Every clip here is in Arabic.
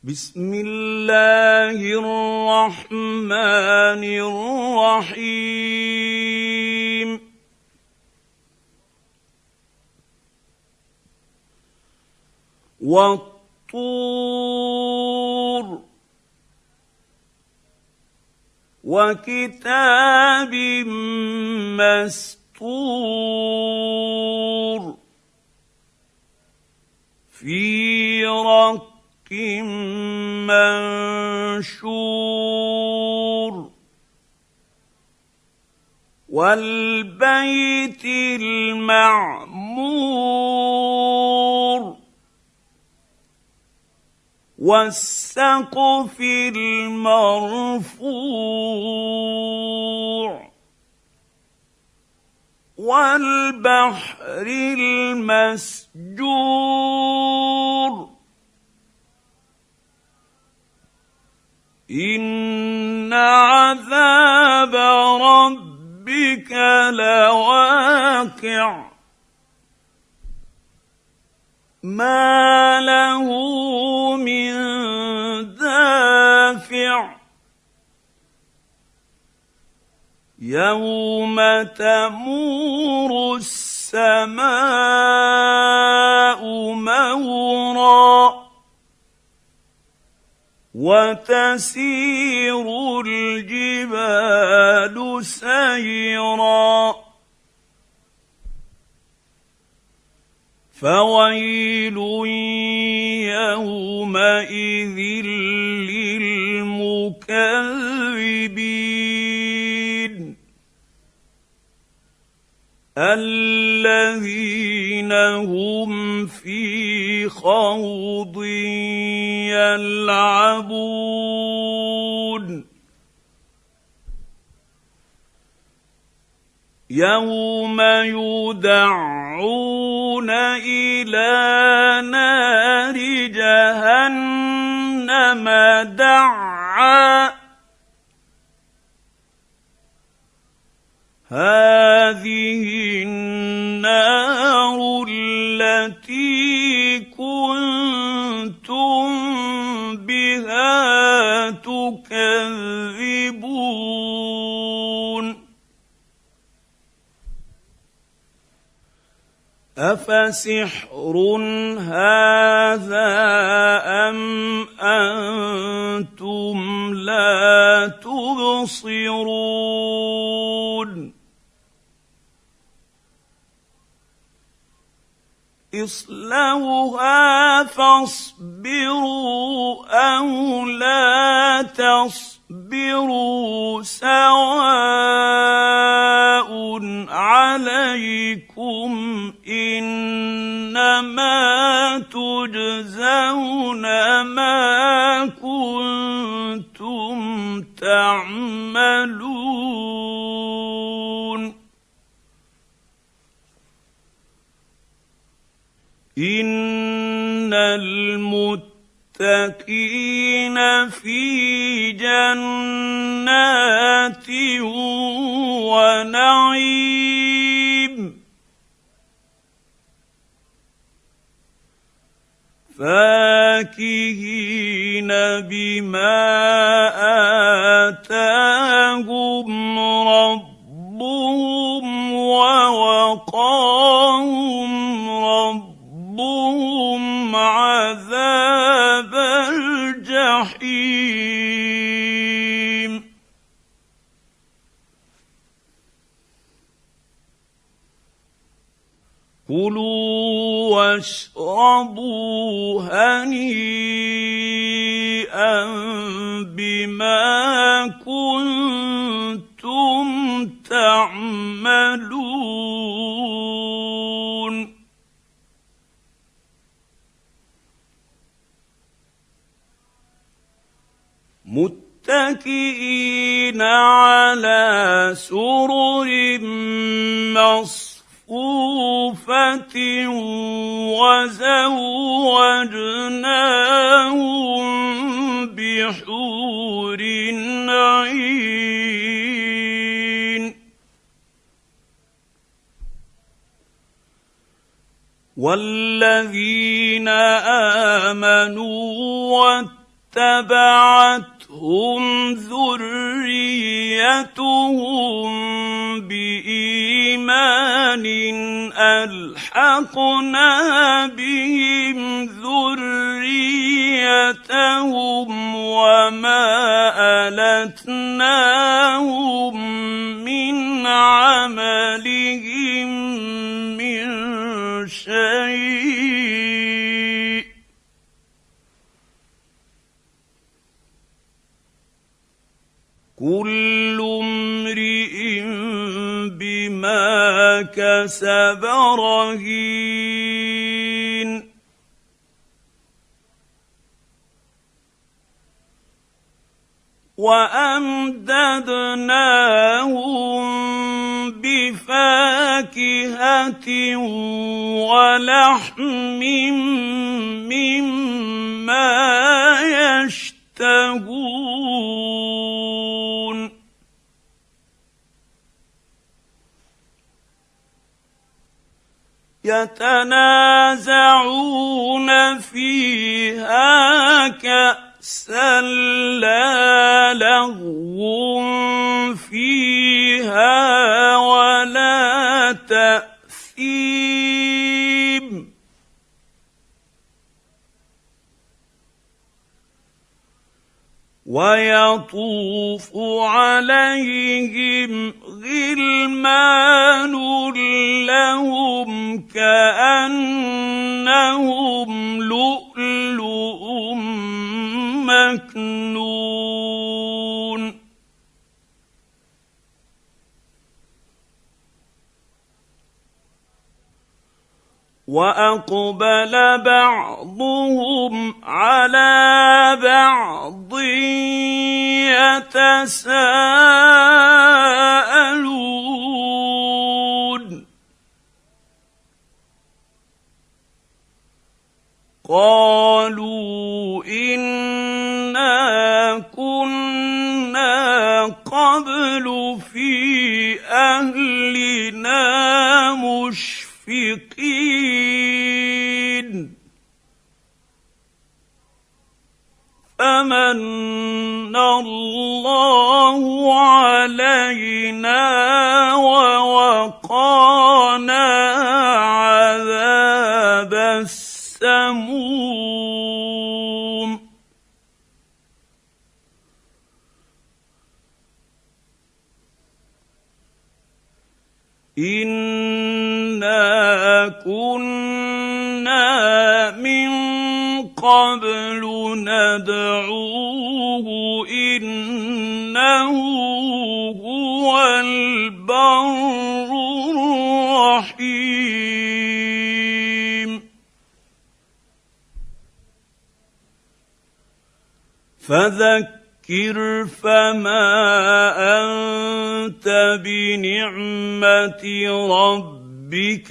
بسم الله الرحمن الرحيم والطور وكتاب مسطور في رق منشور والبيت المعمور والسقف المرفوع والبحر المسجور إن عذاب ربك لواقع ما له من دافع يوم تمور السماء مورا وتسير الجبال سيرا فويل يومئذ للمكذبين الذين هم في خوض يلعبون يوم يدعون إلى نار جهنم دعا هذه النار التي كنتم بها تكذبون أفسحر هذا أم أنتم لا تبصرون اصلوها فاصبروا أو لا تصبروا سواء عليكم إنما تجزون ما كنتم تعملون إن المتقين في جنات ونعيم فاكهين بما آتاهم ربهم ووقاهم ربهم عذاب الجحيم كلوا واشربوا هنيئا بما كنتم تعملون متكئين على سرر مصفوفة وزوجناهم بحور عين والذين آمنوا اتبعتهم ذريتهم بإيمان ألحقنا بهم ذريتهم وما ألتناهم من عملهم من شيء كل امرئ بما كسب رهين وأمددناهم بفاكهة ولحم مما يشتهون يتنازعون فيها كأسا لا لغو فيها ولا تأثيم ويطوف عليهم غلمان لهم كأنهم لؤلؤ مكنون وأقبل بعضهم على بعض يتساءلون قالوا إنا كنا قبل في أهلنا مشفقين فمن الله علينا ووقانا عذاب السموم إنا كنا من قبل ندعوه إنه هو البر الرحيم فذكر فما أنت بنعمة ربك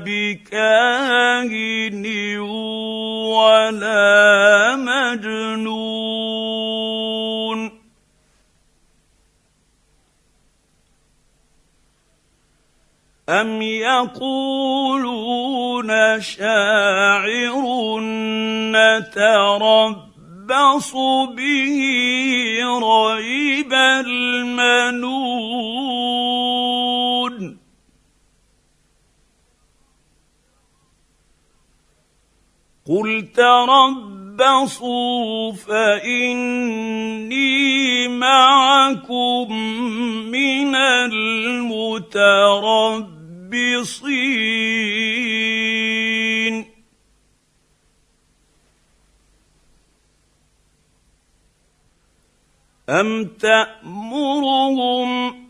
بكاهن ولا مجنون أم يقولون شاعر نتربص به ريب المنون قل تربصوا فإني معكم من المتربصين أم تأمرهم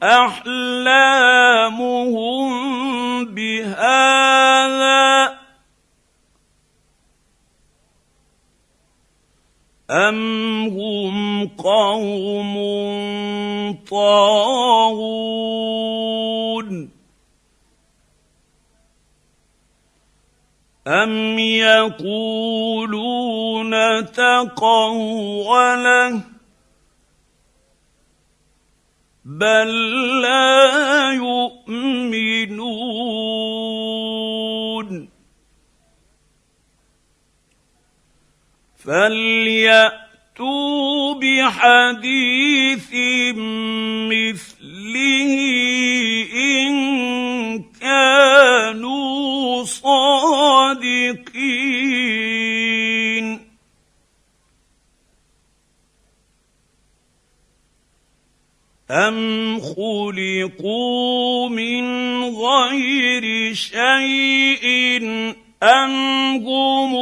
أحلامهم بهذا أم هم قوم طاغون أم يقولون تقوله بل لا يؤمنون فليأتوا فَأْتُوا بِحَدِيثٍ مِّثْلِهِ إِن كَانُوا صَادِقِينَ أَمْ خُلِقُوا مِنْ غَيْرِ شَيْءٍ أَمْ هُمُ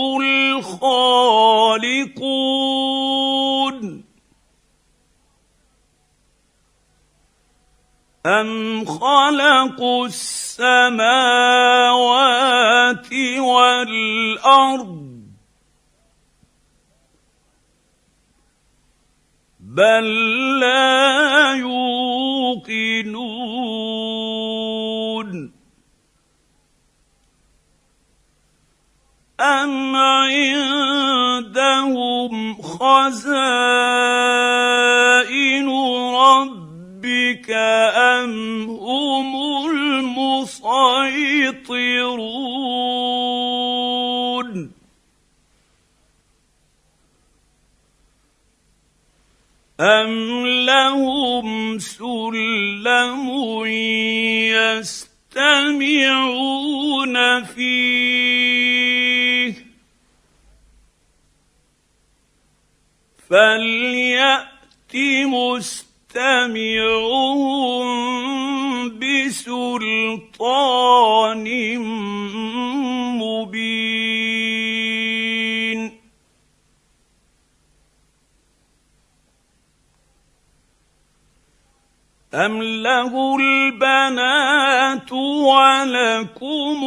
الْخَالِقُونَ أَمْ خَلَقُوا السَّمَاوَاتِ وَالْأَرْضَ بَل لَّا يُوقِنُونَ أَمْ عِندَهُمْ خَزَائِنُ رَبِّكَ أَمْ هُمُ الْمُصَيْطِرُونَ أَمْ لَهُمْ سُلَّمٌ يَسْتَمِعُونَ فِيهِ فَلْيَأْتِ مُسْتَمِعُهُم بِسُلْطَانٍ مُّبِينٍ أَمْ لَهُ الْبَنَاتُ وَلَكُمُ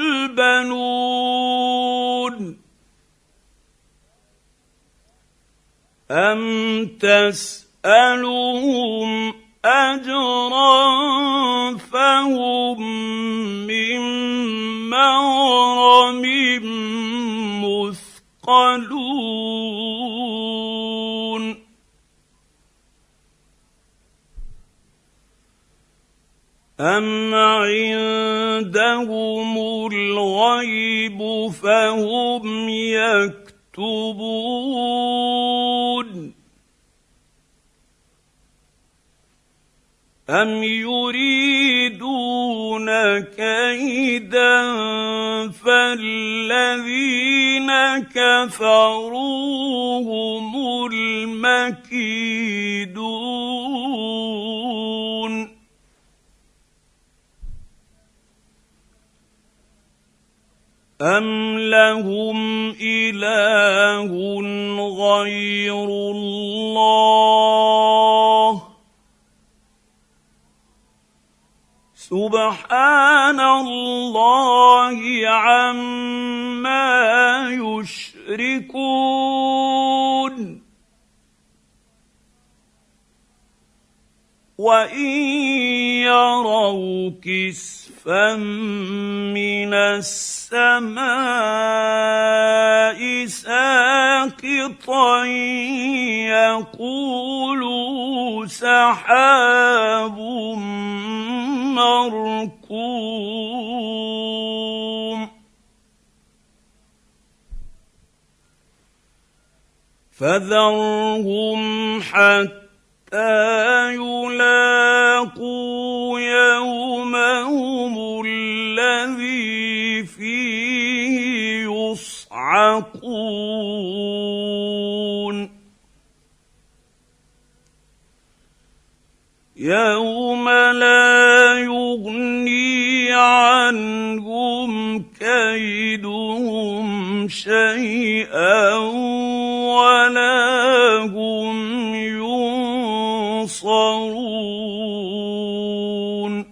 الْبَنُونَ أَمْ تَسْأَلُهُمْ أَجْرًا فَهُم مِّن مَّغْرَمٍ مُّثْقَلُونَ أَمْ عِندَهُمُ الْغَيْبُ فَهُمْ يَكْتُبُونَ أَمْ يُرِيدُونَ كَيْدًا فَالَّذِينَ كَفَرُوا هُمُ الْمَكِيدُونَ أَمْ لَهُمْ إِلَٰهٌ غَيْرُ اللَّهِ سُبْحَانَ اللَّهِ عَمَّا يُشْرِكُونَ وَإِن يَرَوْا كِسْفًا مِّنَ السَّمَاءِ سَاقِطًا يَقُولُوا سَحَابٌ مَّرْكُومٌ فَذَرْهُمْ حَتَّىٰ يُلَاقُوا يَوْمَهُمُ الَّذِي فِيهِ يُصْعَقُونَ يَوْمَ لَا يُغْنِي عَنْهُمْ كَيْدُهُمْ شَيْئًا وَلَا هُمْ يُنصَرُونَ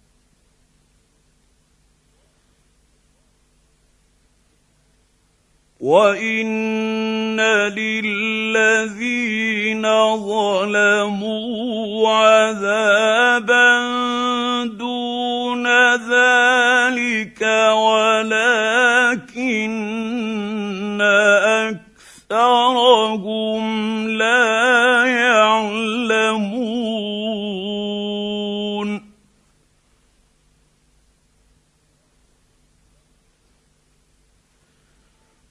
وَإِنَّ لِلَّذِينَ ظَلَمُوا عَذَابًا دُونَ ذَلِكَ وَلَٰكِنَّ أَكْثَرَهُمْ لَا يَعْلَمُونَ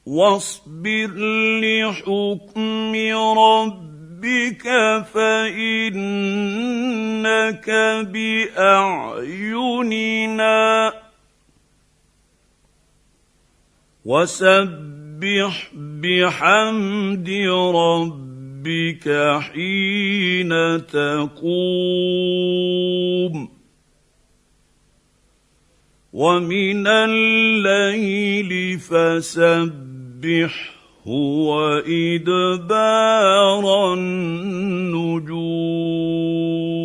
واصبر لحكم ربك فإنك بأعيننا وسبح بحمد ربك حين تقوم ومن الليل فسبحه وإدبار النجوم